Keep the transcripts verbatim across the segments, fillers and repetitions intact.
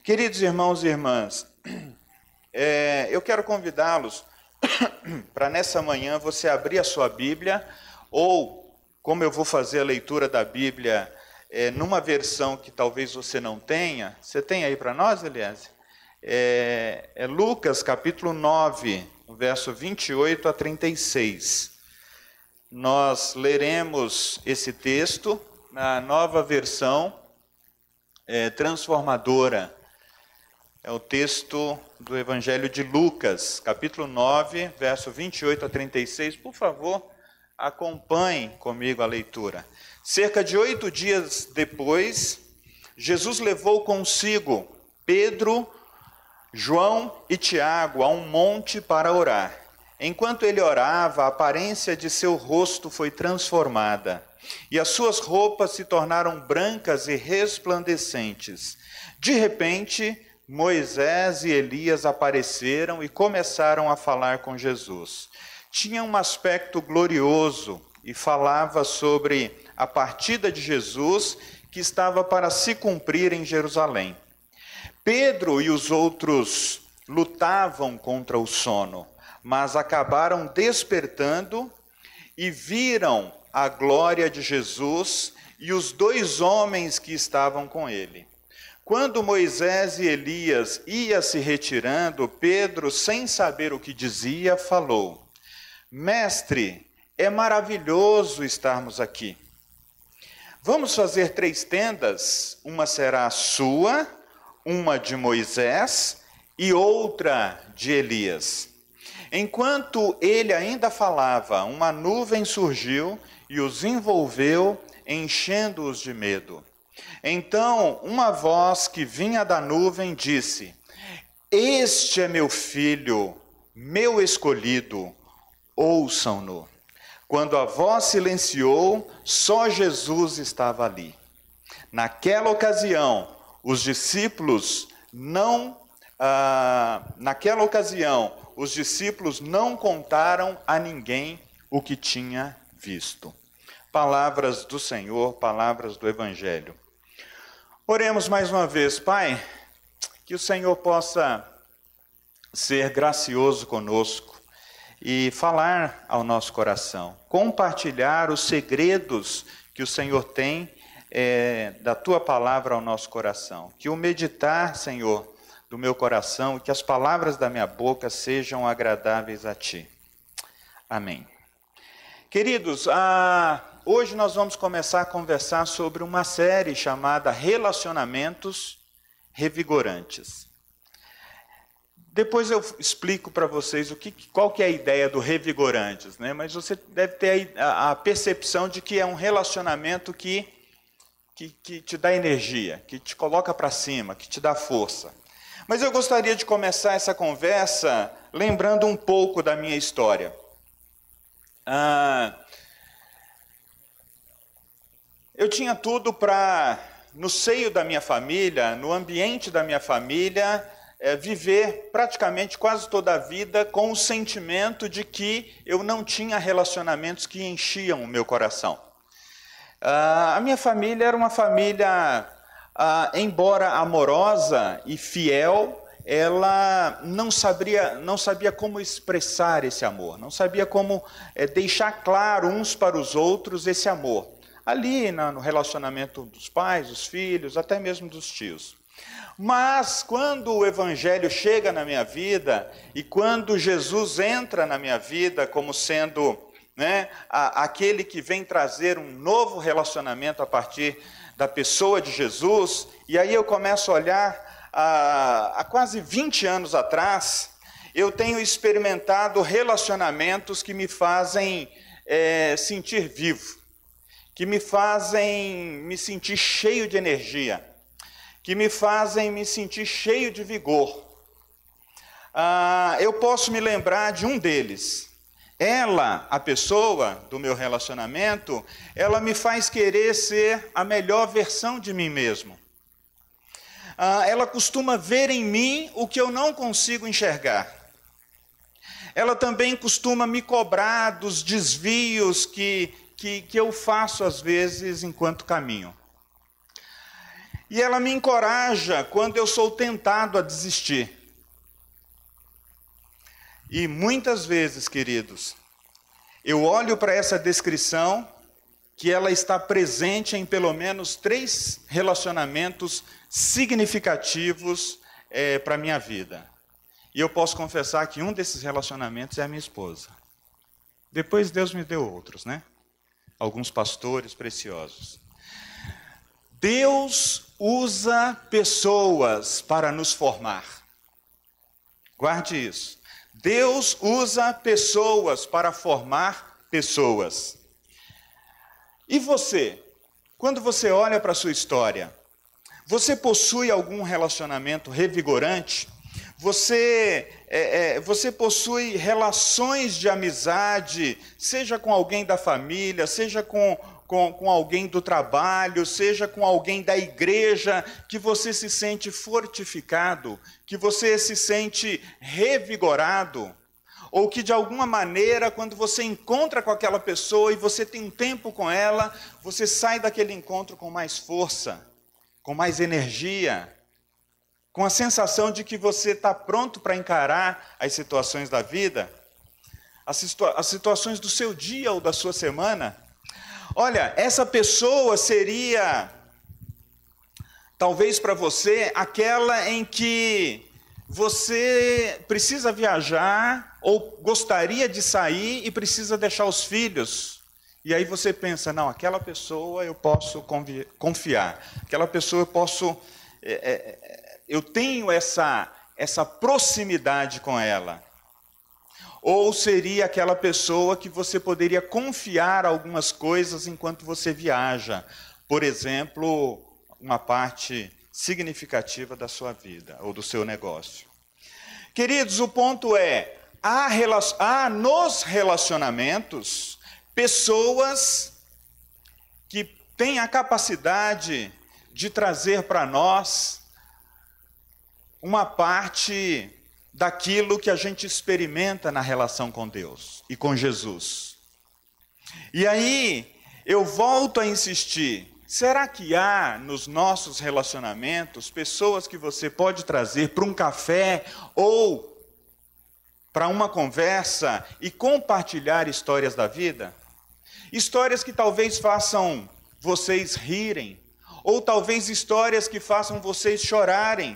Queridos irmãos e irmãs, é, eu quero convidá-los para nessa manhã você abrir a sua Bíblia, ou como eu vou fazer a leitura da Bíblia é, numa versão que talvez você não tenha. Você tem aí para nós, Elias? É, é Lucas capítulo nove, verso vinte e oito a trinta e seis. Nós leremos esse texto na nova versão é, transformadora. É o texto do Evangelho de Lucas, capítulo nove, verso vinte e oito a trinta e seis. Por favor, acompanhe comigo a leitura. Cerca de oito dias depois, Jesus levou consigo Pedro, João e Tiago a um monte para orar. Enquanto ele orava, a aparência de seu rosto foi transformada, e as suas roupas se tornaram brancas e resplandecentes. De repente, Moisés e Elias apareceram e começaram a falar com Jesus. Tinha um aspecto glorioso e falava sobre a partida de Jesus que estava para se cumprir em Jerusalém. Pedro e os outros lutavam contra o sono, mas acabaram despertando e viram a glória de Jesus e os dois homens que estavam com ele. Quando Moisés e Elias iam se retirando, Pedro, sem saber o que dizia, falou: Mestre, é maravilhoso estarmos aqui. Vamos fazer três tendas, uma será sua, uma de Moisés e outra de Elias. Enquanto ele ainda falava, uma nuvem surgiu e os envolveu, enchendo-os de medo. Então, uma voz que vinha da nuvem disse: Este é meu filho, meu escolhido, ouçam-no. Quando a voz silenciou, só Jesus estava ali. Naquela ocasião, os discípulos não, ah, naquela ocasião, os discípulos não contaram a ninguém o que tinha visto. Palavras do Senhor, palavras do Evangelho. Oremos mais uma vez. Pai, que o Senhor possa ser gracioso conosco e falar ao nosso coração, compartilhar os segredos que o Senhor tem é, da Tua palavra ao nosso coração. Que o meditar, Senhor, do meu coração e que as palavras da minha boca sejam agradáveis a Ti. Amém. Queridos, a... hoje nós vamos começar a conversar sobre uma série chamada Relacionamentos Revigorantes. Depois eu explico para vocês o que, qual que é a ideia do revigorantes, né? Mas você deve ter a, a percepção de que é um relacionamento que, que, que te dá energia, que te coloca para cima, que te dá força. Mas eu gostaria de começar essa conversa lembrando um pouco da minha história. Ah, eu tinha tudo para, no seio da minha família, no ambiente da minha família, é, viver praticamente quase toda a vida com o sentimento de que eu não tinha relacionamentos que enchiam o meu coração. Ah, a minha família era uma família, ah, embora amorosa e fiel, ela não sabia, não sabia como expressar esse amor, não sabia como é, deixar claro uns para os outros esse amor. Ali no relacionamento dos pais, dos filhos, até mesmo dos tios. Mas quando o Evangelho chega na minha vida, e quando Jesus entra na minha vida como sendo, né, a, aquele que vem trazer um novo relacionamento a partir da pessoa de Jesus, e aí eu começo a olhar, há, há quase vinte anos atrás, eu tenho experimentado relacionamentos que me fazem é, sentir vivo, que me fazem me sentir cheio de energia, que me fazem me sentir cheio de vigor. Ah, eu posso me lembrar de um deles. Ela, a pessoa do meu relacionamento, ela me faz querer ser a melhor versão de mim mesmo. Ah, ela costuma ver em mim o que eu não consigo enxergar. Ela também costuma me cobrar dos desvios que Que, que eu faço às vezes enquanto caminho. e ela me encoraja quando eu sou tentado a desistir. E muitas vezes, queridos, eu olho para essa descrição, que ela está presente em pelo menos três relacionamentos significativos é, para a minha vida. E eu posso confessar que um desses relacionamentos é a minha esposa. Depois Deus me deu outros, né? Alguns pastores preciosos. Deus usa pessoas para nos formar. Guarde isso. Deus usa pessoas para formar pessoas. E você? Quando você olha para a sua história, você possui algum relacionamento revigorante? Você, é, é, você possui relações de amizade, seja com alguém da família, seja com, com, com alguém do trabalho, seja com alguém da igreja, que você se sente fortificado, que você se sente revigorado, ou que de alguma maneira, quando você encontra com aquela pessoa e você tem um tempo com ela, você sai daquele encontro com mais força, com mais energia, com a sensação de que você está pronto para encarar as situações da vida, as, situa- as situações do seu dia ou da sua semana. Olha, essa pessoa seria, talvez para você, aquela em que você precisa viajar ou gostaria de sair e precisa deixar os filhos. E aí você pensa, não, aquela pessoa eu posso convi- confiar, aquela pessoa eu posso... É, é, eu tenho essa, essa proximidade com ela. Ou seria aquela pessoa que você poderia confiar algumas coisas enquanto você viaja. Por exemplo, uma parte significativa da sua vida ou do seu negócio. Queridos, o ponto é, há, há nos relacionamentos pessoas que têm a capacidade de trazer para nós uma parte daquilo que a gente experimenta na relação com Deus e com Jesus. E aí, eu volto a insistir, será que há nos nossos relacionamentos pessoas que você pode trazer para um café ou para uma conversa e compartilhar histórias da vida? Histórias que talvez façam vocês rirem, ou talvez histórias que façam vocês chorarem.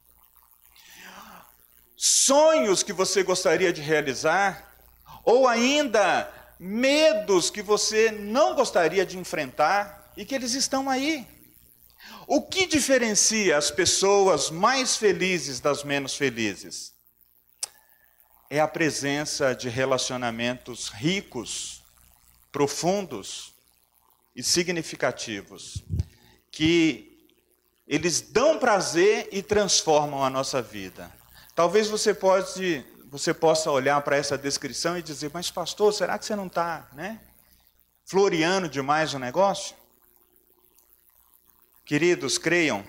Sonhos que você gostaria de realizar, ou ainda medos que você não gostaria de enfrentar e que eles estão aí. O que diferencia as pessoas mais felizes das menos felizes? É a presença de relacionamentos ricos, profundos e significativos, que eles dão prazer e transformam a nossa vida. Talvez você, pode, você possa olhar para essa descrição e dizer, mas pastor, será que você não está, né, floreando demais o negócio? Queridos, creiam,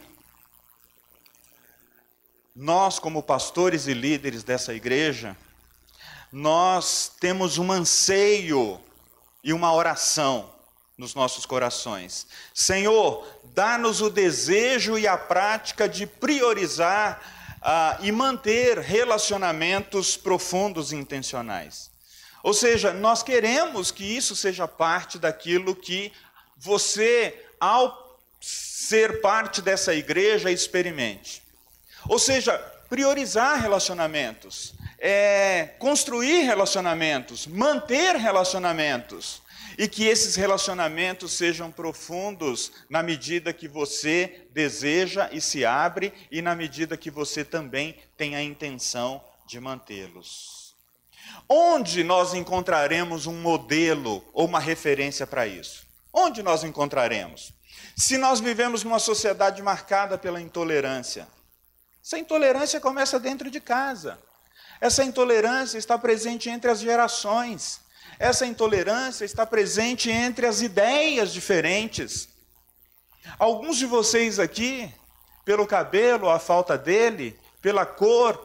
nós como pastores e líderes dessa igreja, nós temos um anseio e uma oração nos nossos corações. Senhor, dá-nos o desejo e a prática de priorizar Ah, e manter relacionamentos profundos e intencionais. Ou seja, nós queremos que isso seja parte daquilo que você, ao ser parte dessa igreja, experimente. Ou seja, priorizar relacionamentos, é, construir relacionamentos, manter relacionamentos. E que esses relacionamentos sejam profundos na medida que você deseja e se abre, e na medida que você também tem a intenção de mantê-los. Onde nós encontraremos um modelo ou uma referência para isso? Onde nós encontraremos? Se nós vivemos numa sociedade marcada pela intolerância, essa intolerância começa dentro de casa. Essa intolerância está presente entre as gerações. Essa intolerância está presente entre as ideias diferentes. Alguns de vocês aqui, pelo cabelo, a falta dele, pela cor,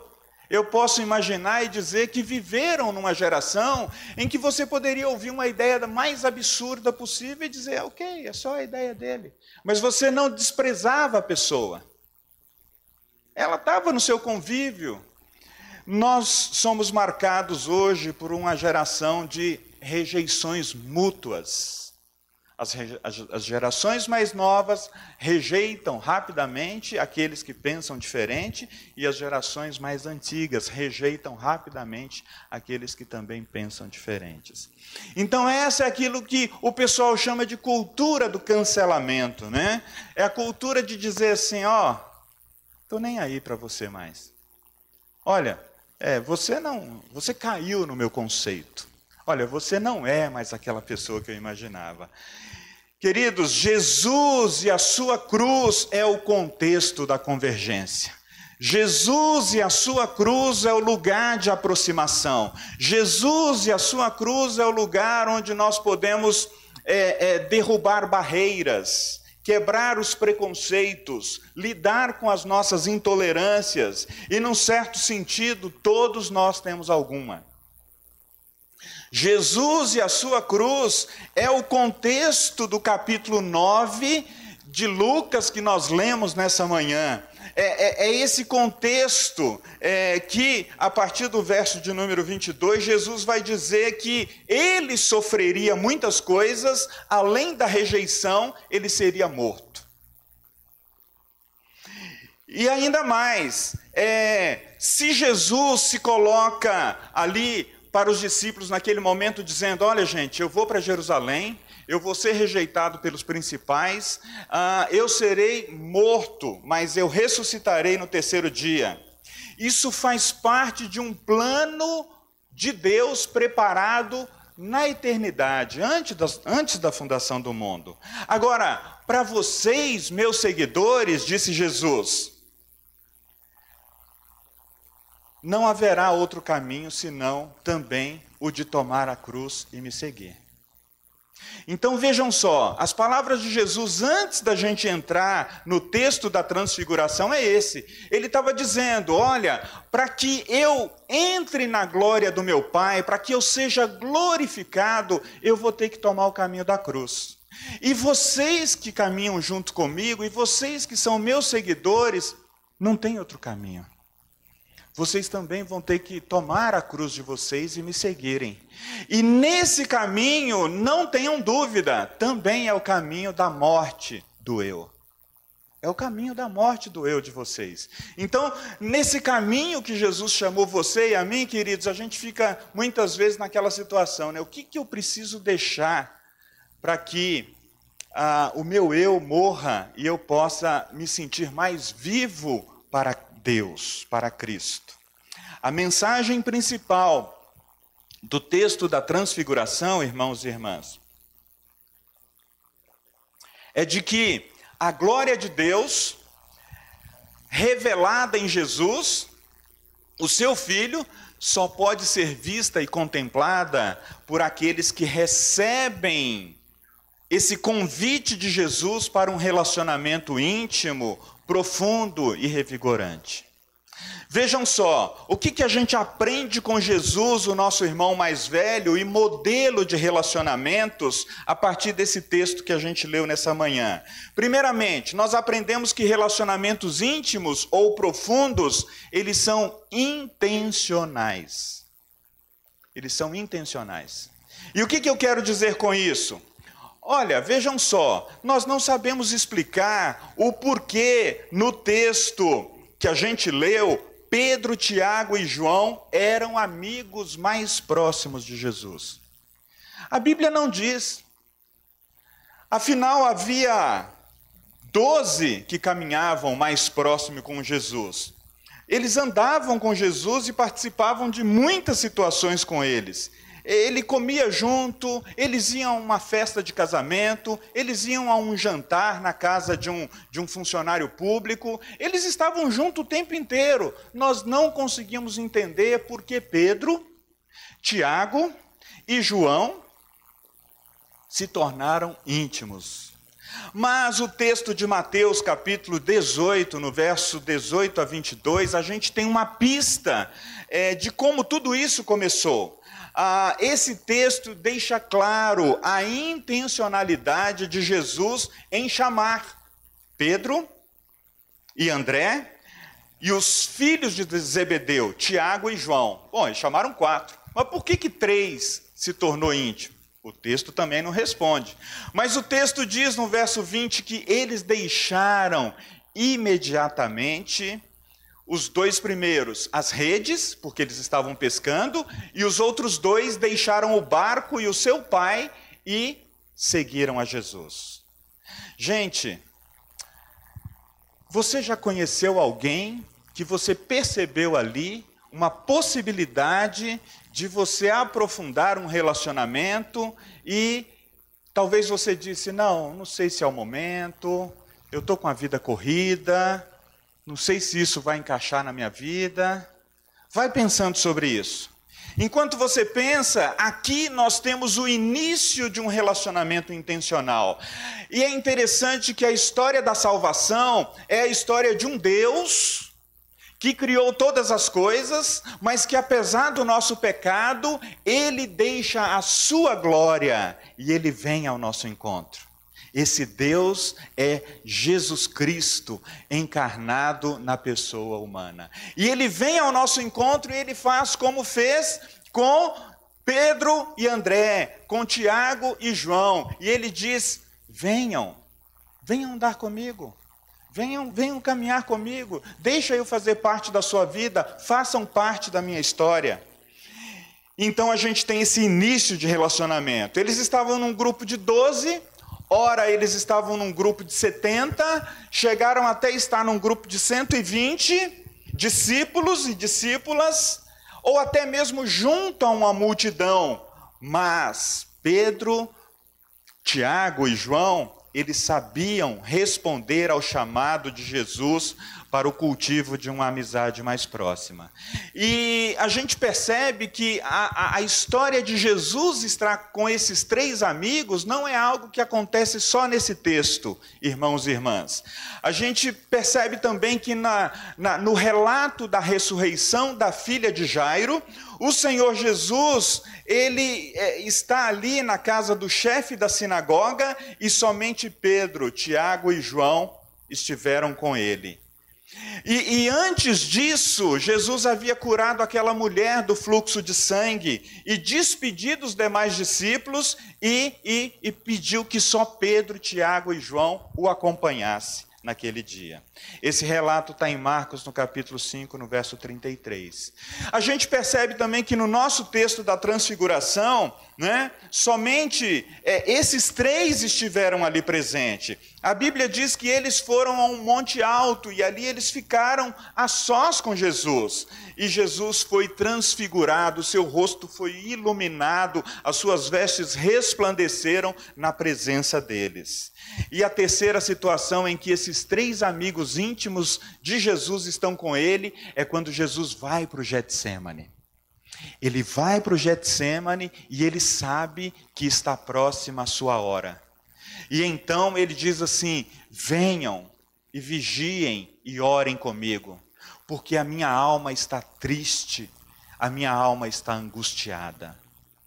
Eu posso imaginar e dizer que viveram numa geração em que você poderia ouvir uma ideia da mais absurda possível e dizer, ok, é só a ideia dele. Mas você não desprezava a pessoa. Ela estava no seu convívio. Nós somos marcados hoje por uma geração de rejeições mútuas. As, as gerações mais novas rejeitam rapidamente aqueles que pensam diferente e as gerações mais antigas rejeitam rapidamente aqueles que também pensam diferentes. Então essa é aquilo que o pessoal chama de cultura do cancelamento, né? É a cultura de dizer assim, ó, tô nem aí para você mais. Olha, é, você não, você caiu no meu conceito. Olha, você não é mais aquela pessoa que eu imaginava. Queridos, Jesus e a sua cruz é o contexto da convergência. Jesus e a sua cruz é o lugar de aproximação. Jesus e a sua cruz é o lugar onde nós podemos é, é, derrubar barreiras, quebrar os preconceitos, lidar com as nossas intolerâncias. E, num certo sentido, todos nós temos alguma. Jesus e a sua cruz é o contexto do capítulo nove de Lucas que nós lemos nessa manhã. É, é, é esse contexto é, que, a partir do verso de número vinte e dois, Jesus vai dizer que ele sofreria muitas coisas, além da rejeição, ele seria morto. E ainda mais, é, se Jesus se coloca ali para os discípulos naquele momento dizendo, olha gente, eu vou para Jerusalém, eu vou ser rejeitado pelos principais, ah, eu serei morto, mas eu ressuscitarei no terceiro dia. Isso faz parte de um plano de Deus preparado na eternidade, antes da, antes da fundação do mundo. Agora, para vocês, meus seguidores, disse Jesus, não haverá outro caminho senão também o de tomar a cruz e me seguir. Então vejam só, as palavras de Jesus antes da gente entrar no texto da transfiguração é esse. Ele estava dizendo, olha, para que eu entre na glória do meu Pai, para que eu seja glorificado, eu vou ter que tomar o caminho da cruz. E vocês que caminham junto comigo, e vocês que são meus seguidores, não tem outro caminho. Vocês também vão ter que tomar a cruz de vocês e me seguirem. E nesse caminho, não tenham dúvida, também é o caminho da morte do eu. É o caminho da morte do eu de vocês. Então, nesse caminho que Jesus chamou você e a mim, queridos, a gente fica muitas vezes naquela situação, né? O que, que eu preciso deixar para que ah, o meu eu morra e eu possa me sentir mais vivo para Deus, para Cristo? A mensagem principal do texto da transfiguração, irmãos e irmãs, é de que a glória de Deus, revelada em Jesus, o seu Filho, só pode ser vista e contemplada por aqueles que recebem esse convite de Jesus para um relacionamento íntimo, profundo e revigorante. Vejam só, o que, que a gente aprende com Jesus, o nosso irmão mais velho e modelo de relacionamentos, a partir desse texto que a gente leu nessa manhã. Primeiramente, nós aprendemos que relacionamentos íntimos ou profundos, eles são intencionais. Eles são intencionais. E o que, que eu quero dizer com isso? Olha, vejam só, nós não sabemos explicar o porquê no texto que a gente leu, Pedro, Tiago e João eram amigos mais próximos de Jesus. A Bíblia não diz. Afinal, havia doze que caminhavam mais próximo com Jesus. Eles andavam com Jesus e participavam de muitas situações com eles. Ele comia junto, eles iam a uma festa de casamento, eles iam a um jantar na casa de um, de um funcionário público, eles estavam juntos o tempo inteiro. Nós não conseguimos entender por que Pedro, Tiago e João se tornaram íntimos. Mas o texto de Mateus, capítulo dezoito, no verso dezoito a vinte e dois, a gente tem uma pista é, de como tudo isso começou. Ah, esse texto deixa claro a intencionalidade de Jesus em chamar Pedro e André e os filhos de Zebedeu, Tiago e João. Bom, eles chamaram quatro, mas por que que três se tornou íntimo? O texto também não responde. Mas o texto diz no verso vinte que eles deixaram imediatamente os dois primeiros as redes, porque eles estavam pescando, e os outros dois deixaram o barco e o seu pai e seguiram a Jesus. Gente, você já conheceu alguém que você percebeu ali uma possibilidade de você aprofundar um relacionamento e talvez você disse, não, não sei se é o momento, eu estou com a vida corrida, não sei se isso vai encaixar na minha vida. Vai pensando sobre isso. Enquanto você pensa, aqui nós temos o início de um relacionamento intencional. E é interessante que a história da salvação é a história de um Deus que criou todas as coisas, mas que apesar do nosso pecado, Ele deixa a sua glória e Ele vem ao nosso encontro. Esse Deus é Jesus Cristo encarnado na pessoa humana. E Ele vem ao nosso encontro e Ele faz como fez com Pedro e André, com Tiago e João. E Ele diz, venham, venham andar comigo. Venham, venham caminhar comigo, deixa eu fazer parte da sua vida, façam parte da minha história. Então a gente tem esse início de relacionamento. Eles estavam num grupo de doze, ora eles estavam num grupo de setenta, chegaram até estar num grupo de cento e vinte discípulos e discípulas, ou até mesmo junto a uma multidão. Mas Pedro, Tiago e João, eles sabiam responder ao chamado de Jesus para o cultivo de uma amizade mais próxima. E a gente percebe que a, a, a história de Jesus estar com esses três amigos não é algo que acontece só nesse texto, irmãos e irmãs. A gente percebe também que na, na, no relato da ressurreição da filha de Jairo, o Senhor Jesus, ele é, está ali na casa do chefe da sinagoga e somente Pedro, Tiago e João estiveram com ele. E, e antes disso, Jesus havia curado aquela mulher do fluxo de sangue e despedido os demais discípulos e, e, e pediu que só Pedro, Tiago e João o acompanhassem naquele dia. Esse relato está em Marcos, no capítulo cinco, no verso trinta e três. A gente percebe também que no nosso texto da transfiguração, né, somente é, esses três estiveram ali presentes. A Bíblia diz que eles foram a um monte alto e ali eles ficaram a sós com Jesus. E Jesus foi transfigurado, seu rosto foi iluminado, as suas vestes resplandeceram na presença deles. E a terceira situação em que esses três amigos íntimos de Jesus estão com ele é quando Jesus vai para o Getsêmani. Ele vai para o Getsêmani e ele sabe que está próxima a sua hora. E então ele diz assim, venham e vigiem e orem comigo, porque a minha alma está triste, a minha alma está angustiada.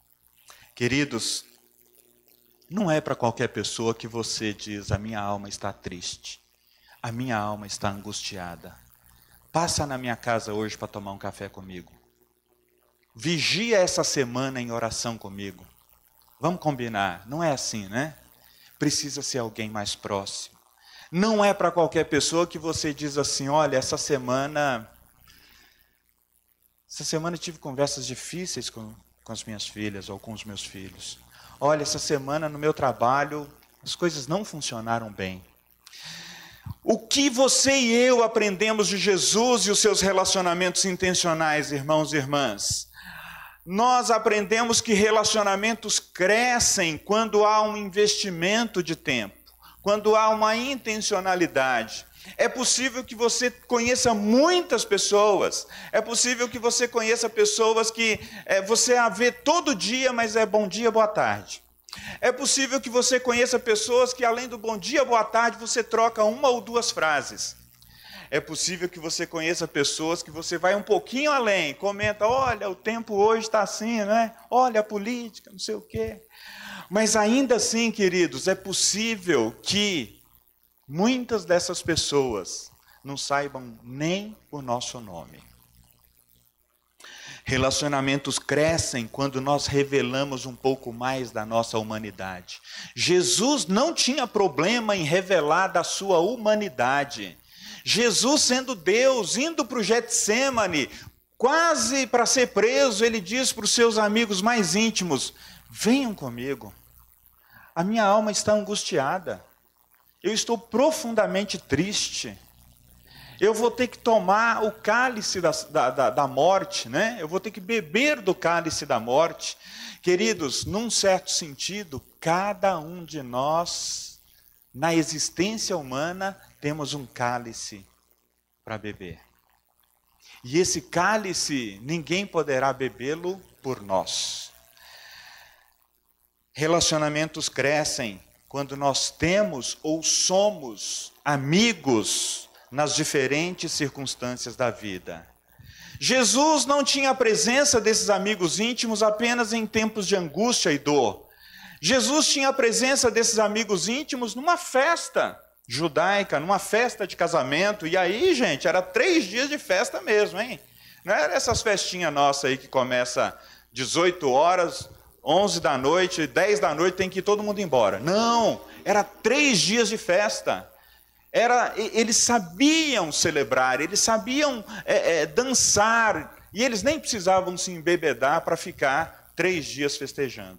Queridos, não é para qualquer pessoa que você diz, a minha alma está triste, a minha alma está angustiada. Passa na minha casa hoje para tomar um café comigo. Vigia essa semana em oração comigo. Vamos combinar, não é assim, né? Precisa ser alguém mais próximo. Não é para qualquer pessoa que você diz assim, olha, essa semana, essa semana eu tive conversas difíceis com, com as minhas filhas ou com os meus filhos. Olha, essa semana no meu trabalho, as coisas não funcionaram bem. O que você e eu aprendemos de Jesus e os seus relacionamentos intencionais, irmãos e irmãs? Nós aprendemos que relacionamentos crescem quando há um investimento de tempo, quando há uma intencionalidade. É possível que você conheça muitas pessoas, é possível que você conheça pessoas que é, você a vê todo dia, mas é bom dia, boa tarde. É possível que você conheça pessoas que, além do bom dia, boa tarde, você troca uma ou duas frases. É possível que você conheça pessoas que você vai um pouquinho além, comenta, olha, o tempo hoje está assim, né? Olha a política, não sei o quê. Mas ainda assim, queridos, é possível que muitas dessas pessoas não saibam nem o nosso nome. Relacionamentos crescem quando nós revelamos um pouco mais da nossa humanidade. Jesus não tinha problema em revelar da sua humanidade. Jesus, sendo Deus, indo para o Getsêmani, quase para ser preso, ele diz para os seus amigos mais íntimos, venham comigo, a minha alma está angustiada, eu estou profundamente triste, eu vou ter que tomar o cálice da, da, da morte, né? Eu vou ter que beber do cálice da morte. Queridos, num certo sentido, cada um de nós, na existência humana, temos um cálice para beber. E esse cálice, ninguém poderá bebê-lo por nós. Relacionamentos crescem quando nós temos ou somos amigos nas diferentes circunstâncias da vida. Jesus não tinha a presença desses amigos íntimos apenas em tempos de angústia e dor. Jesus tinha a presença desses amigos íntimos numa festa judaica, numa festa de casamento. E aí, gente, era três dias de festa mesmo, hein? Não era essas festinhas nossas aí que começa dezoito horas, onze da noite, dez da noite, tem que ir todo mundo embora. Não, era três dias de festa. Era, eles sabiam celebrar, eles sabiam é, é, dançar, e eles nem precisavam se embebedar para ficar três dias festejando.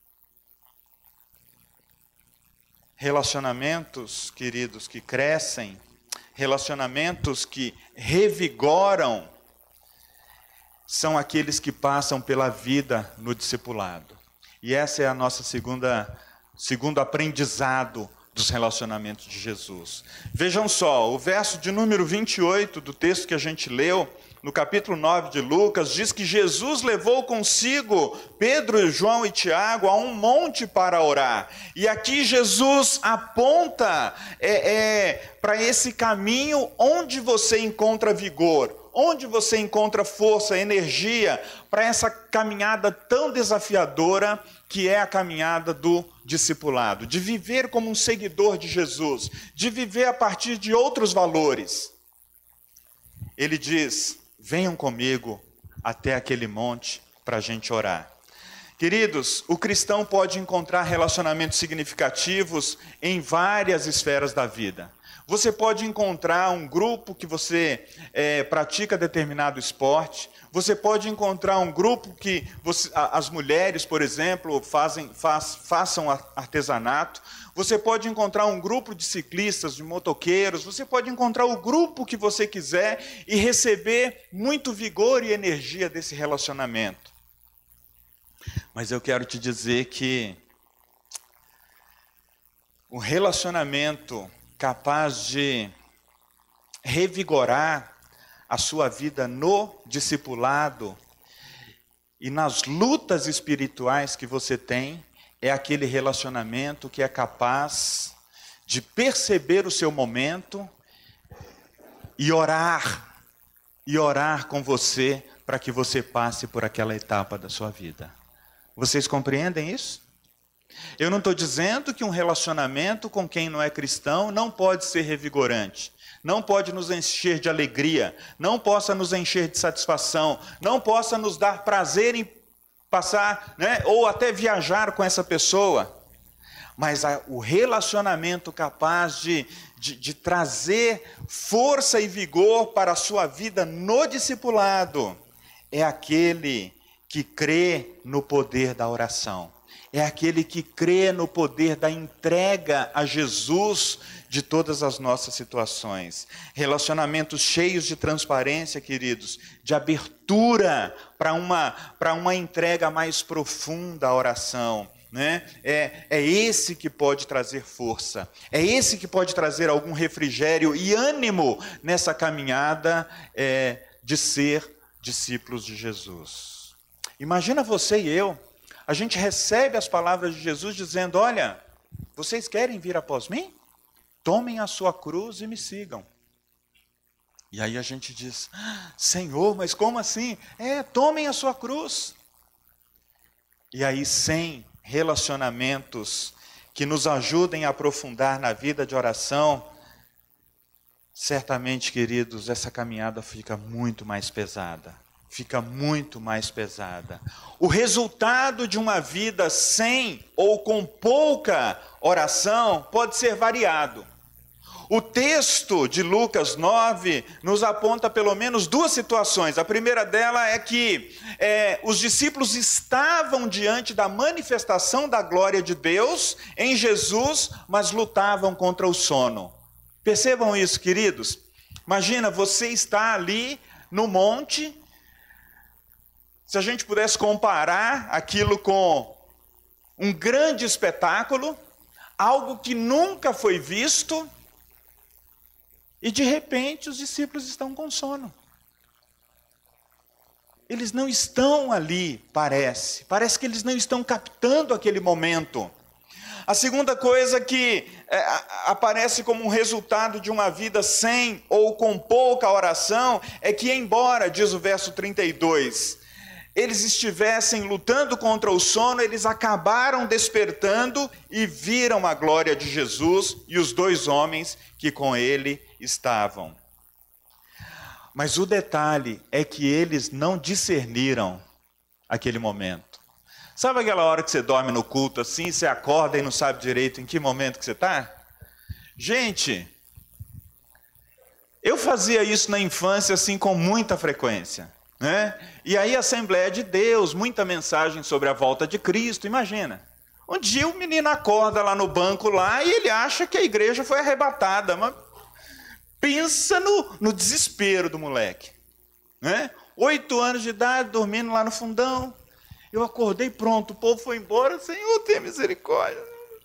Relacionamentos, queridos, que crescem, relacionamentos que revigoram, são aqueles que passam pela vida no discipulado. E essa é a nossa segunda, segundo aprendizado dos relacionamentos de Jesus. Vejam só, o verso de número vinte e oito do texto que a gente leu, no capítulo nove de Lucas, diz que Jesus levou consigo Pedro, João e Tiago a um monte para orar. E aqui Jesus aponta é, é, para esse caminho onde você encontra vigor, onde você encontra força, energia para essa caminhada tão desafiadora que é a caminhada do discipulado, de viver como um seguidor de Jesus, de viver a partir de outros valores. Ele diz, venham comigo até aquele monte para a gente orar. Queridos, o cristão pode encontrar relacionamentos significativos em várias esferas da vida. Você pode encontrar um grupo que você é, pratica determinado esporte. Você pode encontrar um grupo que você, as mulheres, por exemplo, fazem, faz, façam artesanato. Você pode encontrar um grupo de ciclistas, de motoqueiros. Você pode encontrar o grupo que você quiser e receber muito vigor e energia desse relacionamento. Mas eu quero te dizer que o relacionamento capaz de revigorar a sua vida no discipulado e nas lutas espirituais que você tem, é aquele relacionamento que é capaz de perceber o seu momento e orar, e orar com você para que você passe por aquela etapa da sua vida. Vocês compreendem isso? Eu não estou dizendo que um relacionamento com quem não é cristão não pode ser revigorante, não pode nos encher de alegria, não possa nos encher de satisfação, não possa nos dar prazer em passar, né, ou até viajar com essa pessoa. Mas a, o relacionamento capaz de, de, de trazer força e vigor para a sua vida no discipulado é aquele que crê no poder da oração. É aquele que crê no poder da entrega a Jesus de todas as nossas situações. Relacionamentos cheios de transparência, queridos, de abertura para uma, para uma entrega mais profunda à oração. Né? É, é esse que pode trazer força, é esse que pode trazer algum refrigério e ânimo nessa caminhada é, de ser discípulos de Jesus. Imagina você e eu, a gente recebe as palavras de Jesus dizendo: olha, vocês querem vir após mim? Tomem a sua cruz e me sigam. E aí a gente diz: Senhor, mas como assim? É, tomem a sua cruz. E aí, sem relacionamentos que nos ajudem a aprofundar na vida de oração, certamente, queridos, essa caminhada fica muito mais pesada. Fica muito mais pesada. O resultado de uma vida sem ou com pouca oração pode ser variado. O texto de Lucas nove nos aponta pelo menos duas situações. A primeira dela é que é, os discípulos estavam diante da manifestação da glória de Deus em Jesus, mas lutavam contra o sono. Percebam isso, queridos? Imagina, você está ali no monte. Se a gente pudesse comparar aquilo com um grande espetáculo, algo que nunca foi visto, e de repente os discípulos estão com sono. Eles não estão ali, parece. Parece que eles não estão captando aquele momento. A segunda coisa que é, aparece como um resultado de uma vida sem ou com pouca oração é que, embora, diz o verso trinta e dois, eles estivessem lutando contra o sono, eles acabaram despertando e viram a glória de Jesus e os dois homens que com ele estavam. Mas o detalhe é que eles não discerniram aquele momento. Sabe aquela hora que você dorme no culto assim, você acorda e não sabe direito em que momento que você está? Gente, eu fazia isso na infância assim com muita frequência, né? E aí a Assembleia de Deus, muita mensagem sobre a volta de Cristo, imagina. Um dia o menino acorda lá no banco lá e ele acha que a igreja foi arrebatada, mas pensa no, no desespero do moleque, né? Oito anos de idade, dormindo lá no fundão. Eu acordei, pronto, o povo foi embora. Senhor, tenha misericórdia.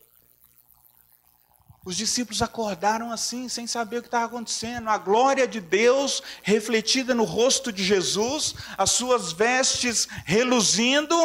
Os discípulos acordaram assim, sem saber o que estava acontecendo. A glória de Deus refletida no rosto de Jesus, as suas vestes reluzindo.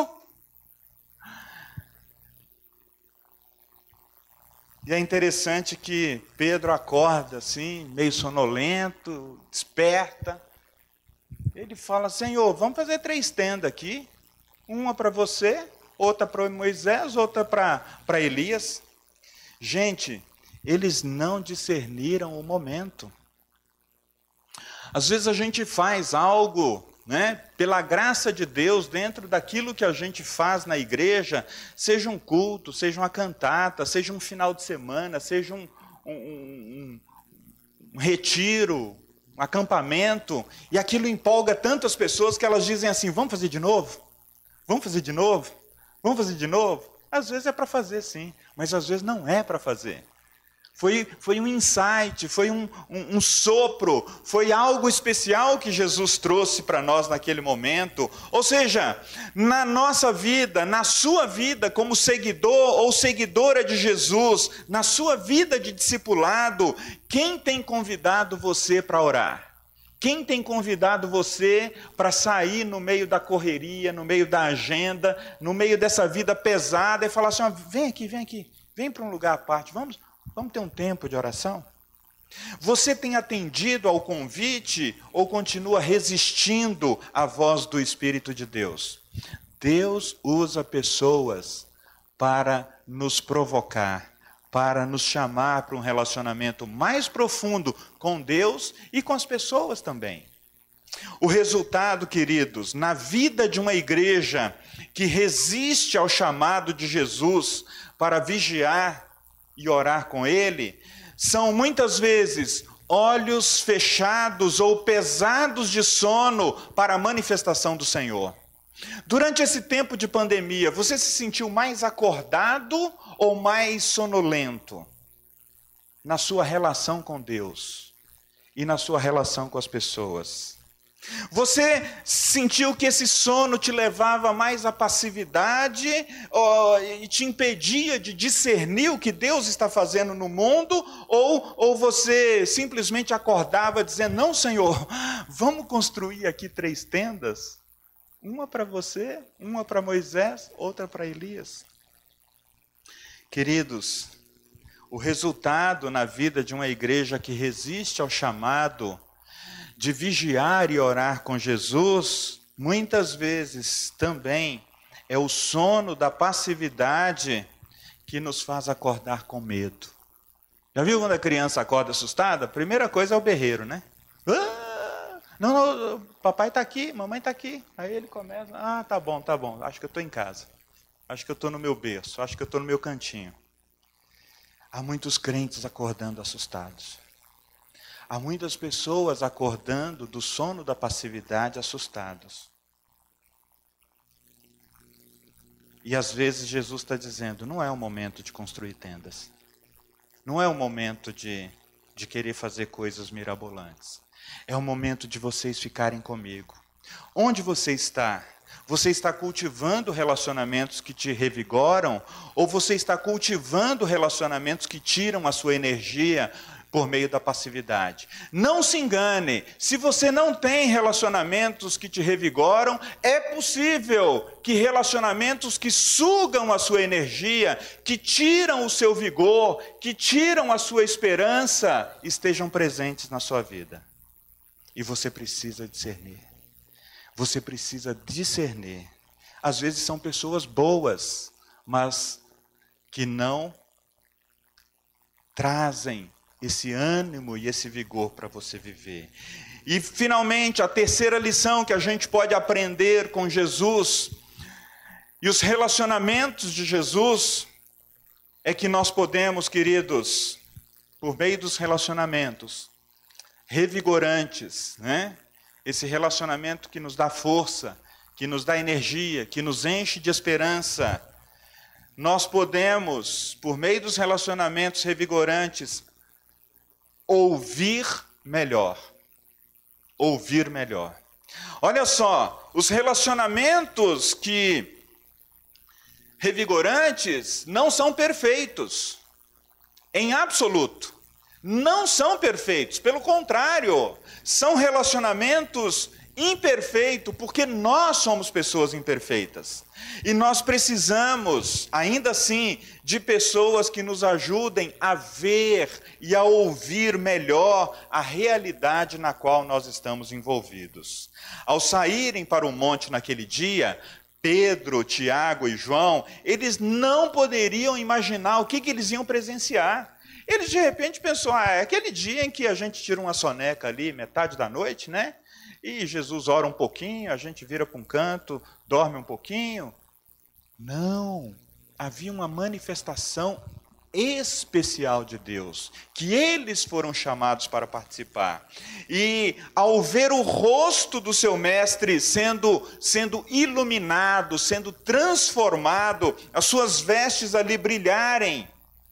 E é interessante que Pedro acorda assim, meio sonolento, desperta. Ele fala: Senhor, vamos fazer três tendas aqui. Uma para você, outra para Moisés, outra para Elias. Gente, eles não discerniram o momento. Às vezes a gente faz algo, né, pela graça de Deus, dentro daquilo que a gente faz na igreja, seja um culto, seja uma cantata, seja um final de semana, seja um, um, um, um retiro, um acampamento, e aquilo empolga tantas pessoas que elas dizem assim: vamos fazer de novo? Vamos fazer de novo? Vamos fazer de novo? Às vezes é para fazer sim, mas às vezes não é para fazer. Foi, foi um insight, foi um, um, um sopro, foi algo especial que Jesus trouxe para nós naquele momento. Ou seja, na nossa vida, na sua vida como seguidor ou seguidora de Jesus, na sua vida de discipulado, quem tem convidado você para orar? Quem tem convidado você para sair no meio da correria, no meio da agenda, no meio dessa vida pesada e falar assim: ó, vem aqui, vem aqui, vem para um lugar à parte, vamos, vamos ter um tempo de oração? Você tem atendido ao convite ou continua resistindo à voz do Espírito de Deus? Deus usa pessoas para nos provocar, para nos chamar para um relacionamento mais profundo com Deus e com as pessoas também. O resultado, queridos, na vida de uma igreja que resiste ao chamado de Jesus para vigiar e orar com Ele, são muitas vezes olhos fechados ou pesados de sono para a manifestação do Senhor. Durante esse tempo de pandemia, você se sentiu mais acordado ou mais sonolento na sua relação com Deus e na sua relação com as pessoas? Você sentiu que esse sono te levava mais à passividade ó, e te impedia de discernir o que Deus está fazendo no mundo? Ou, ou você simplesmente acordava dizendo: não, Senhor, vamos construir aqui três tendas? Uma para você, uma para Moisés, outra para Elias. Queridos, o resultado na vida de uma igreja que resiste ao chamado de vigiar e orar com Jesus, muitas vezes também é o sono da passividade que nos faz acordar com medo. Já viu quando a criança acorda assustada? A primeira coisa é o berreiro, né? Ah, não, não, papai está aqui, mamãe está aqui. Aí ele começa, ah, tá bom, tá bom, acho que eu estou em casa. Acho que eu estou no meu berço, acho que eu estou no meu cantinho. Há muitos crentes acordando assustados. Há muitas pessoas acordando do sono da passividade assustados. E às vezes Jesus está dizendo, não é o momento de construir tendas. Não é o momento de, de querer fazer coisas mirabolantes. É o momento de vocês ficarem comigo. Onde você está? Você está cultivando relacionamentos que te revigoram? Ou você está cultivando relacionamentos que tiram a sua energia por meio da passividade? Não se engane, se você não tem relacionamentos que te revigoram, é possível que relacionamentos que sugam a sua energia, que tiram o seu vigor, que tiram a sua esperança, estejam presentes na sua vida. E você precisa discernir. Você precisa discernir. Às vezes são pessoas boas, mas que não trazem esse ânimo e esse vigor para você viver. E finalmente, a terceira lição que a gente pode aprender com Jesus e os relacionamentos de Jesus é que nós podemos, queridos, por meio dos relacionamentos revigorantes, né? Esse relacionamento que nos dá força, que nos dá energia, que nos enche de esperança, nós podemos, por meio dos relacionamentos revigorantes, ouvir melhor. Ouvir melhor. Olha só, os relacionamentos que revigorantes não são perfeitos, em absoluto. Não são perfeitos, pelo contrário, são relacionamentos imperfeitos, porque nós somos pessoas imperfeitas. E nós precisamos, ainda assim, de pessoas que nos ajudem a ver e a ouvir melhor a realidade na qual nós estamos envolvidos. Ao saírem para o monte naquele dia, Pedro, Tiago e João, eles não poderiam imaginar o que, que eles iam presenciar. Eles de repente pensou, ah, é aquele dia em que a gente tira uma soneca ali, metade da noite, né? E Jesus ora um pouquinho, a gente vira para um canto, dorme um pouquinho. Não, havia uma manifestação especial de Deus, que eles foram chamados para participar. E ao ver o rosto do seu mestre sendo, sendo iluminado, sendo transformado, as suas vestes ali brilharem,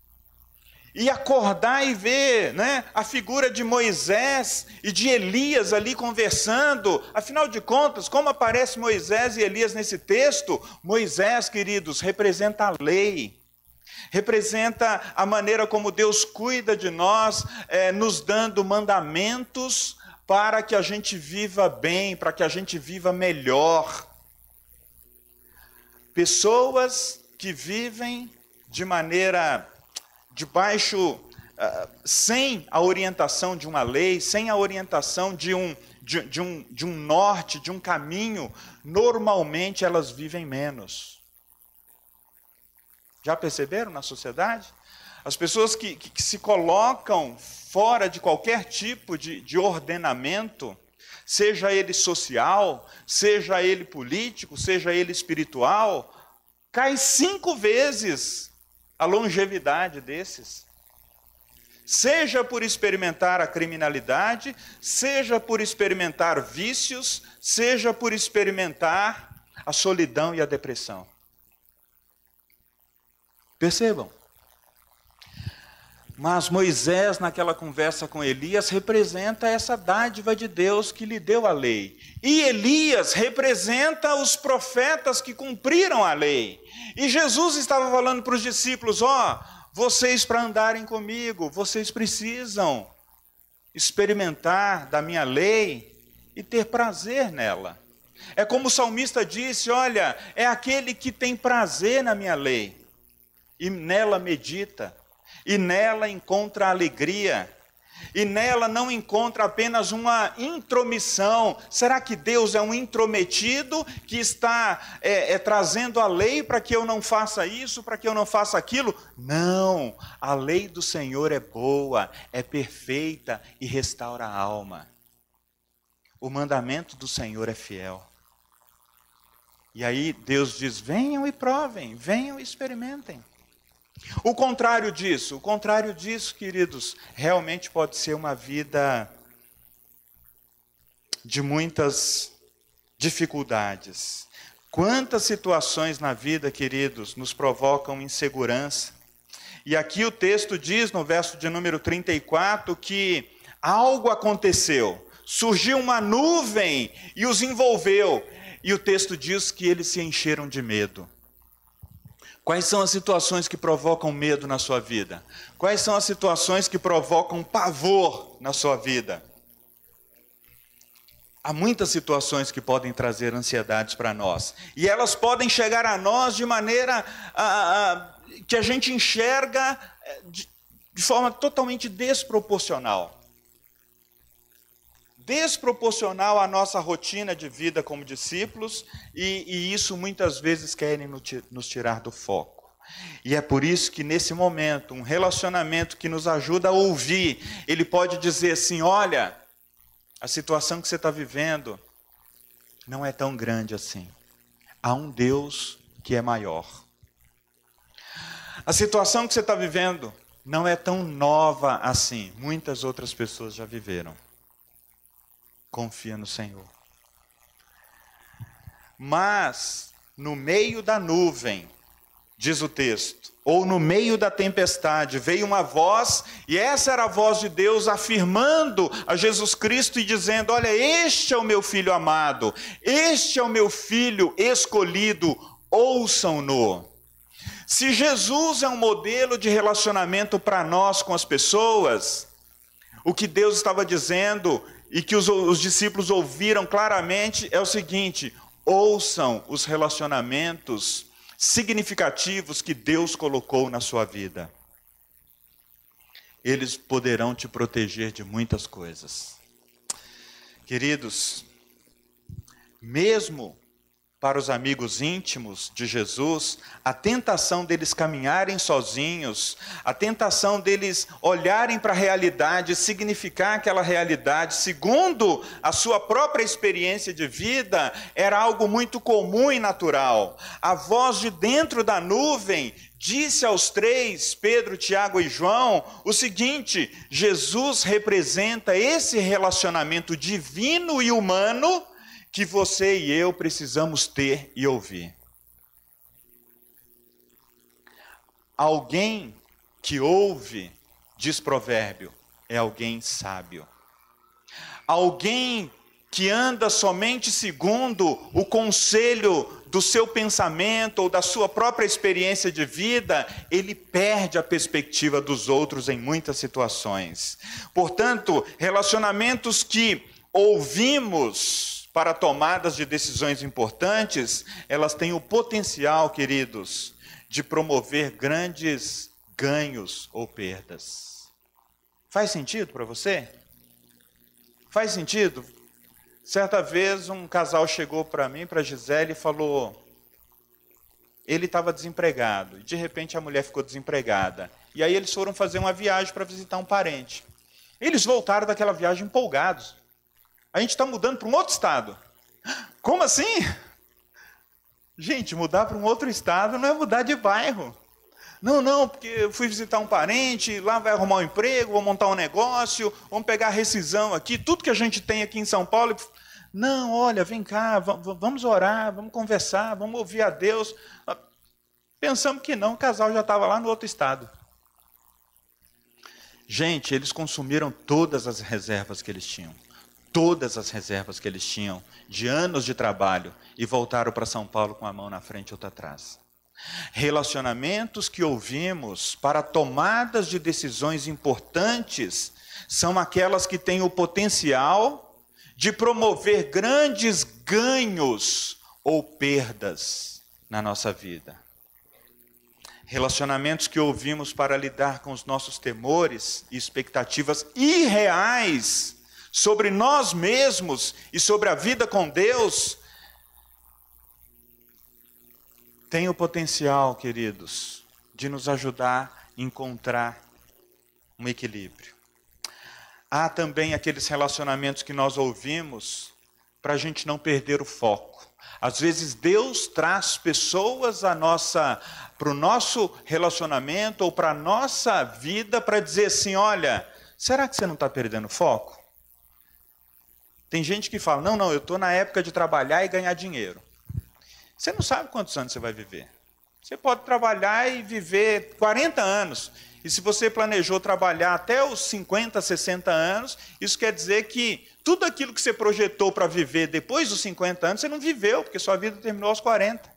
e acordar e ver, né, a figura de Moisés e de Elias ali conversando. Afinal de contas, como aparece Moisés e Elias nesse texto? Moisés, queridos, representa a lei. Representa a maneira como Deus cuida de nós, é, nos dando mandamentos para que a gente viva bem, para que a gente viva melhor. Pessoas que vivem de maneira... debaixo, uh, sem a orientação de uma lei, sem a orientação de um, de, de, um, de um norte, de um caminho, normalmente elas vivem menos. Já perceberam na sociedade? As pessoas que, que, que se colocam fora de qualquer tipo de, de ordenamento, seja ele social, seja ele político, seja ele espiritual, cai cinco vezes a longevidade desses, seja por experimentar a criminalidade, seja por experimentar vícios, seja por experimentar a solidão e a depressão. Percebam? Mas Moisés, naquela conversa com Elias, representa essa dádiva de Deus que lhe deu a lei. E Elias representa os profetas que cumpriram a lei. E Jesus estava falando para os discípulos, ó, oh, vocês para andarem comigo, vocês precisam experimentar da minha lei e ter prazer nela. É como o salmista disse, olha, é aquele que tem prazer na minha lei, e nela medita, e nela encontra alegria, e nela não encontra apenas uma intromissão. Será que Deus é um intrometido que está é, é, trazendo a lei para que eu não faça isso, para que eu não faça aquilo? Não, a lei do Senhor é boa, é perfeita e restaura a alma. O mandamento do Senhor é fiel. E aí Deus diz, venham e provem, venham e experimentem. O contrário disso, o contrário disso, queridos, realmente pode ser uma vida de muitas dificuldades. Quantas situações na vida, queridos, nos provocam insegurança. E aqui o texto diz, no verso de número trinta e quatro, que algo aconteceu, surgiu uma nuvem e os envolveu. E o texto diz que eles se encheram de medo. Quais são as situações que provocam medo na sua vida? Quais são as situações que provocam pavor na sua vida? Há muitas situações que podem trazer ansiedades para nós. E elas podem chegar a nós de maneira a, a, que a gente enxerga de, de forma totalmente desproporcional. Desproporcional à nossa rotina de vida como discípulos, e, e isso muitas vezes querem nos tirar do foco. E é por isso que nesse momento, um relacionamento que nos ajuda a ouvir, ele pode dizer assim, olha, a situação que você está vivendo não é tão grande assim. Há um Deus que é maior. A situação que você está vivendo não é tão nova assim. Muitas outras pessoas já viveram. Confia no Senhor. Mas, no meio da nuvem, diz o texto, ou no meio da tempestade, veio uma voz, e essa era a voz de Deus afirmando a Jesus Cristo e dizendo, olha, este é o meu filho amado, este é o meu filho escolhido, ouçam-no. Se Jesus é um modelo de relacionamento para nós com as pessoas, o que Deus estava dizendo e que os, os discípulos ouviram claramente é o seguinte, ouçam os relacionamentos significativos que Deus colocou na sua vida. Eles poderão te proteger de muitas coisas. Queridos, mesmo para os amigos íntimos de Jesus, a tentação deles caminharem sozinhos, a tentação deles olharem para a realidade, significar aquela realidade, segundo a sua própria experiência de vida, era algo muito comum e natural. A voz de dentro da nuvem disse aos três, Pedro, Tiago e João, o seguinte, Jesus representa esse relacionamento divino e humano que você e eu precisamos ter e ouvir. Alguém que ouve, diz Provérbio, é alguém sábio. Alguém que anda somente segundo o conselho do seu pensamento ou da sua própria experiência de vida, ele perde a perspectiva dos outros em muitas situações. Portanto, relacionamentos que ouvimos para tomadas de decisões importantes, elas têm o potencial, queridos, de promover grandes ganhos ou perdas. Faz sentido para você? Faz sentido? Certa vez um casal chegou para mim, para a Gisele, e falou, ele estava desempregado, e de repente a mulher ficou desempregada. E aí eles foram fazer uma viagem para visitar um parente. Eles voltaram daquela viagem empolgados. A gente está mudando para um outro estado. Como assim? Gente, mudar para um outro estado não é mudar de bairro. Não, não, porque eu fui visitar um parente, lá vai arrumar um emprego, vou montar um negócio, vamos pegar a rescisão aqui, tudo que a gente tem aqui em São Paulo. Não, olha, vem cá, vamos orar, vamos conversar, vamos ouvir a Deus. Pensamos que não, o casal já estava lá no outro estado. Gente, eles consumiram todas as reservas que eles tinham. Todas as reservas que eles tinham, de anos de trabalho, e voltaram para São Paulo com a mão na frente e outra atrás. Relacionamentos que ouvimos para tomadas de decisões importantes são aquelas que têm o potencial de promover grandes ganhos ou perdas na nossa vida. Relacionamentos que ouvimos para lidar com os nossos temores e expectativas irreais sobre nós mesmos e sobre a vida com Deus, tem o potencial, queridos, de nos ajudar a encontrar um equilíbrio. Há também aqueles relacionamentos que nós ouvimos para a gente não perder o foco. Às vezes Deus traz pessoas a nossa, para o nosso relacionamento ou para a nossa vida para dizer assim, olha, será que você não está perdendo foco? Tem gente que fala, não, não, eu estou na época de trabalhar e ganhar dinheiro. Você não sabe quantos anos você vai viver. Você pode trabalhar e viver quarenta anos. E se você planejou trabalhar até os cinquenta, sessenta anos, isso quer dizer que tudo aquilo que você projetou para viver depois dos cinquenta anos, você não viveu, porque sua vida terminou aos quarenta.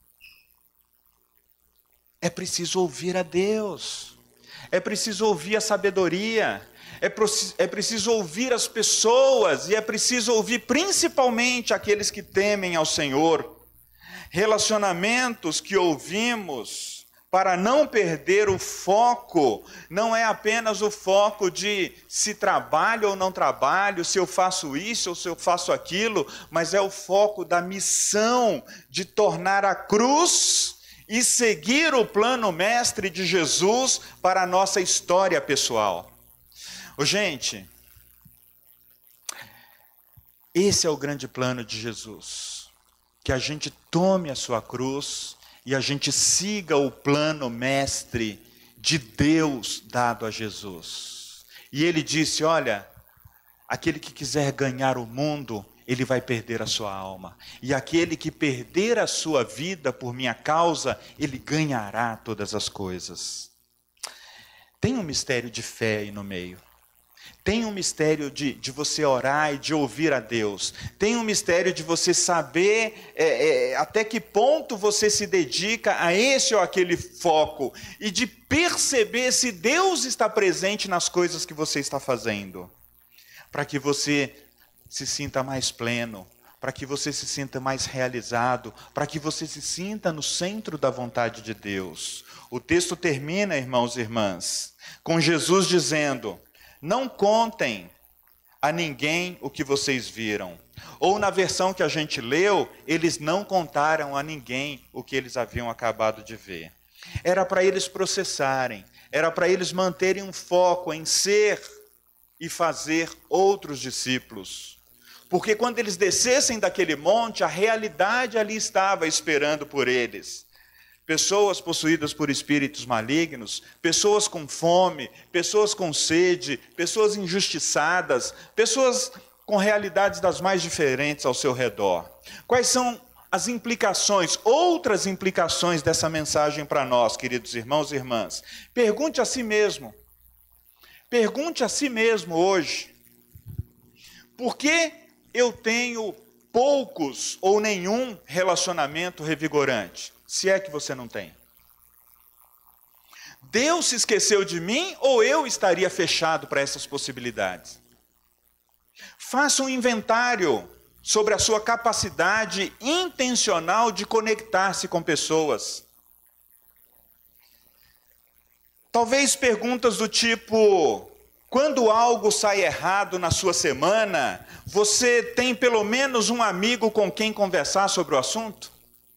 É preciso ouvir a Deus. É preciso ouvir a sabedoria. É, é preciso ouvir as pessoas. E é preciso ouvir principalmente aqueles que temem ao Senhor. Relacionamentos que ouvimos para não perder o foco, não é apenas o foco de se trabalho ou não trabalho, se eu faço isso ou se eu faço aquilo, mas é o foco da missão de tornar a cruz e seguir o plano mestre de Jesus para a nossa história pessoal. Ô, gente, esse é o grande plano de Jesus, que a gente tome a sua cruz e a gente siga o plano mestre de Deus dado a Jesus. E ele disse, olha, aquele que quiser ganhar o mundo, ele vai perder a sua alma. E aquele que perder a sua vida por minha causa, ele ganhará todas as coisas. Tem um mistério de fé aí no meio. Tem um mistério de, de você orar e de ouvir a Deus. Tem um mistério de você saber é, é, até que ponto você se dedica a esse ou aquele foco. E de perceber se Deus está presente nas coisas que você está fazendo. Para que você se sinta mais pleno. Para que você se sinta mais realizado. Para que você se sinta no centro da vontade de Deus. O texto termina, irmãos e irmãs, com Jesus dizendo... Não contem a ninguém o que vocês viram. Ou na versão que a gente leu, eles não contaram a ninguém o que eles haviam acabado de ver. Era para eles processarem, era para eles manterem um foco em ser e fazer outros discípulos. Porque quando eles descessem daquele monte, a realidade ali estava esperando por eles. Pessoas possuídas por espíritos malignos, pessoas com fome, pessoas com sede, pessoas injustiçadas, pessoas com realidades das mais diferentes ao seu redor. Quais são as implicações, outras implicações dessa mensagem para nós, queridos irmãos e irmãs? Pergunte a si mesmo. Pergunte a si mesmo hoje. Por que eu tenho poucos ou nenhum relacionamento revigorante? Se é que você não tem. Deus se esqueceu de mim ou eu estaria fechado para essas possibilidades? Faça um inventário sobre a sua capacidade intencional de conectar-se com pessoas. Talvez perguntas do tipo, quando algo sai errado na sua semana, você tem pelo menos um amigo com quem conversar sobre o assunto?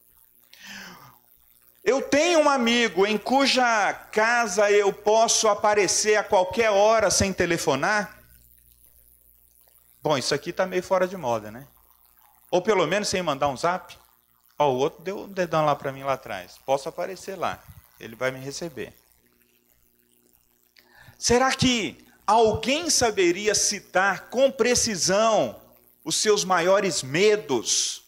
Eu tenho um amigo em cuja casa eu posso aparecer a qualquer hora sem telefonar? Bom, isso aqui está meio fora de moda, né? Ou pelo menos sem mandar um zap? Ó, o outro deu um dedão lá para mim lá atrás. Posso aparecer lá, ele vai me receber. Será que alguém saberia citar com precisão os seus maiores medos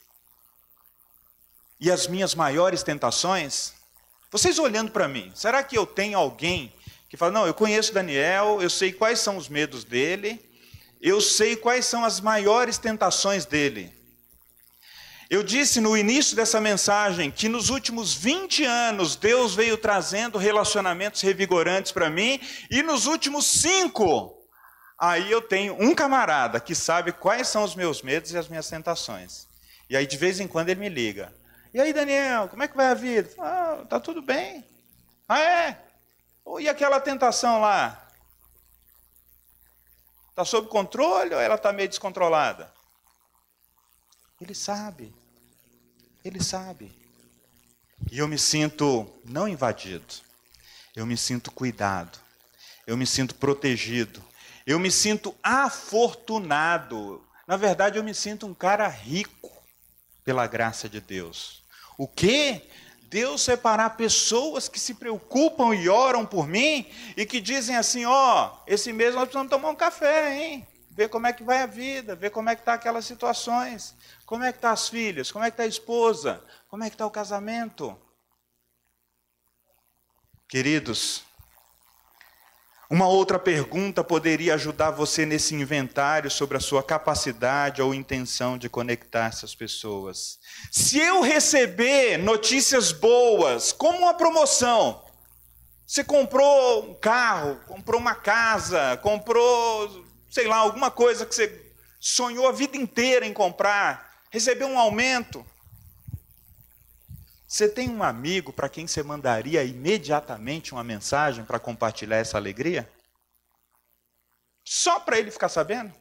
e as minhas maiores tentações? Vocês olhando para mim, será que eu tenho alguém que fala, não, eu conheço Daniel, eu sei quais são os medos dele, eu sei quais são as maiores tentações dele. Eu disse no início dessa mensagem que nos últimos vinte anos Deus veio trazendo relacionamentos revigorantes para mim, e nos últimos cinco, Aí eu tenho um camarada que sabe quais são os meus medos e as minhas tentações. E aí de vez em quando ele me liga. E aí, Daniel, como é que vai a vida? Ah, tá tudo bem. Ah, é? E aquela tentação lá? Está sob controle ou ela está meio descontrolada? Ele sabe. Ele sabe. E eu me sinto não invadido. Eu me sinto cuidado. Eu me sinto protegido. Eu me sinto afortunado. Na verdade, eu me sinto um cara rico pela graça de Deus. O quê? Deus separar pessoas que se preocupam e oram por mim e que dizem assim, ó, oh, esse mês nós precisamos tomar um café, hein? Ver como é que vai a vida, ver como é que está aquelas situações, como é que estão as filhas, como é que está a esposa, como é que está o casamento. Queridos, uma outra pergunta poderia ajudar você nesse inventário sobre a sua capacidade ou intenção de conectar-se às pessoas. Se eu receber notícias boas, como uma promoção, você comprou um carro, comprou uma casa, comprou, sei lá, alguma coisa que você sonhou a vida inteira em comprar, recebeu um aumento. Você tem um amigo para quem você mandaria imediatamente uma mensagem para compartilhar essa alegria? Só para ele ficar sabendo?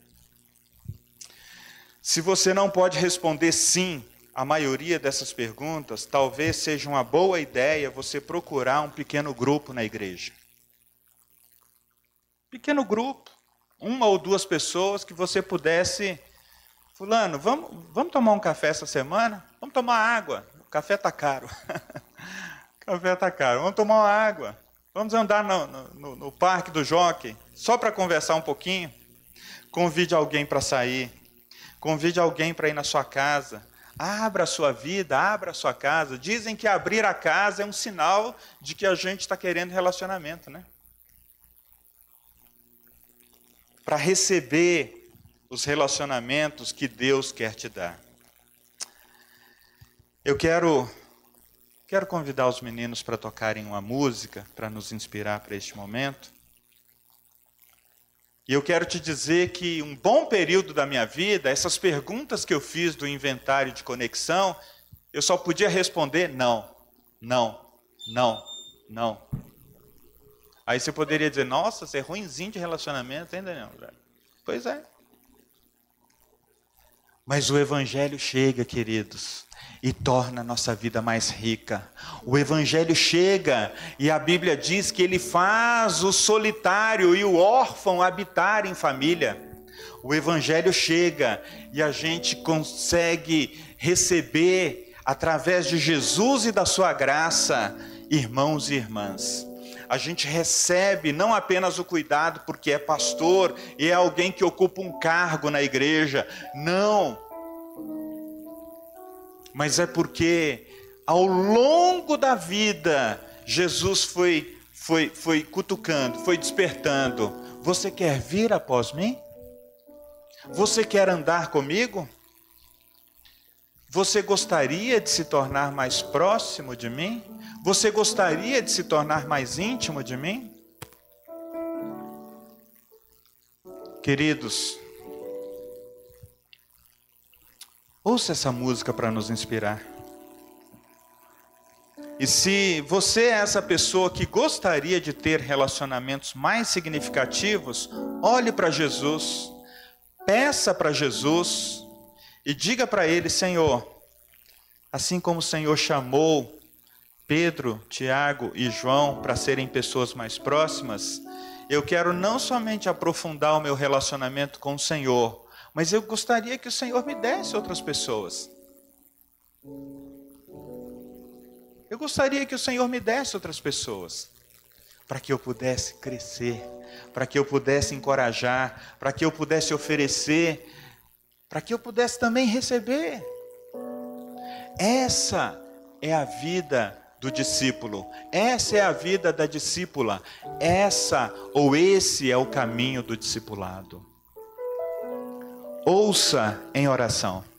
Se você não pode responder sim à maioria dessas perguntas, talvez seja uma boa ideia você procurar um pequeno grupo na igreja. Pequeno grupo, uma ou duas pessoas que você pudesse... Fulano, vamos, vamos tomar um café essa semana? Vamos tomar água. O café está caro. O café está caro. Vamos tomar uma água. Vamos andar no, no, no parque do Jockey, só para conversar um pouquinho. Convide alguém para sair. Convide alguém para ir na sua casa. Abra a sua vida, abra a sua casa. Dizem que abrir a casa é um sinal de que a gente está querendo relacionamento, né? Para receber os relacionamentos que Deus quer te dar. Eu quero, quero convidar os meninos para tocarem uma música, para nos inspirar para este momento. E eu quero te dizer que um bom período da minha vida, essas perguntas que eu fiz do inventário de conexão, eu só podia responder não, não, não, não. Aí você poderia dizer, nossa, você é ruinzinho de relacionamento, hein, Daniel? Pois é. Mas o Evangelho chega, queridos, e torna a nossa vida mais rica. O Evangelho chega e a Bíblia diz que ele faz o solitário e o órfão habitar em família. O Evangelho chega e a gente consegue receber, através de Jesus e da sua graça, irmãos e irmãs. A gente recebe não apenas o cuidado porque é pastor e é alguém que ocupa um cargo na igreja. Não. Mas é porque ao longo da vida, Jesus foi, foi, foi cutucando, foi despertando. Você quer vir após mim? Você quer andar comigo? Você gostaria de se tornar mais próximo de mim? Você gostaria de se tornar mais íntimo de mim? Queridos, ouça essa música para nos inspirar. E se você é essa pessoa que gostaria de ter relacionamentos mais significativos, olhe para Jesus, peça para Jesus e diga para Ele, Senhor, assim como o Senhor chamou Pedro, Tiago e João para serem pessoas mais próximas, eu quero não somente aprofundar o meu relacionamento com o Senhor, mas eu gostaria que o Senhor me desse outras pessoas. Eu gostaria que o Senhor me desse outras pessoas, para que eu pudesse crescer, para que eu pudesse encorajar, para que eu pudesse oferecer, para que eu pudesse também receber. Essa é a vida do discípulo, essa é a vida da discípula, essa ou esse é o caminho do discipulado. Ouça em oração.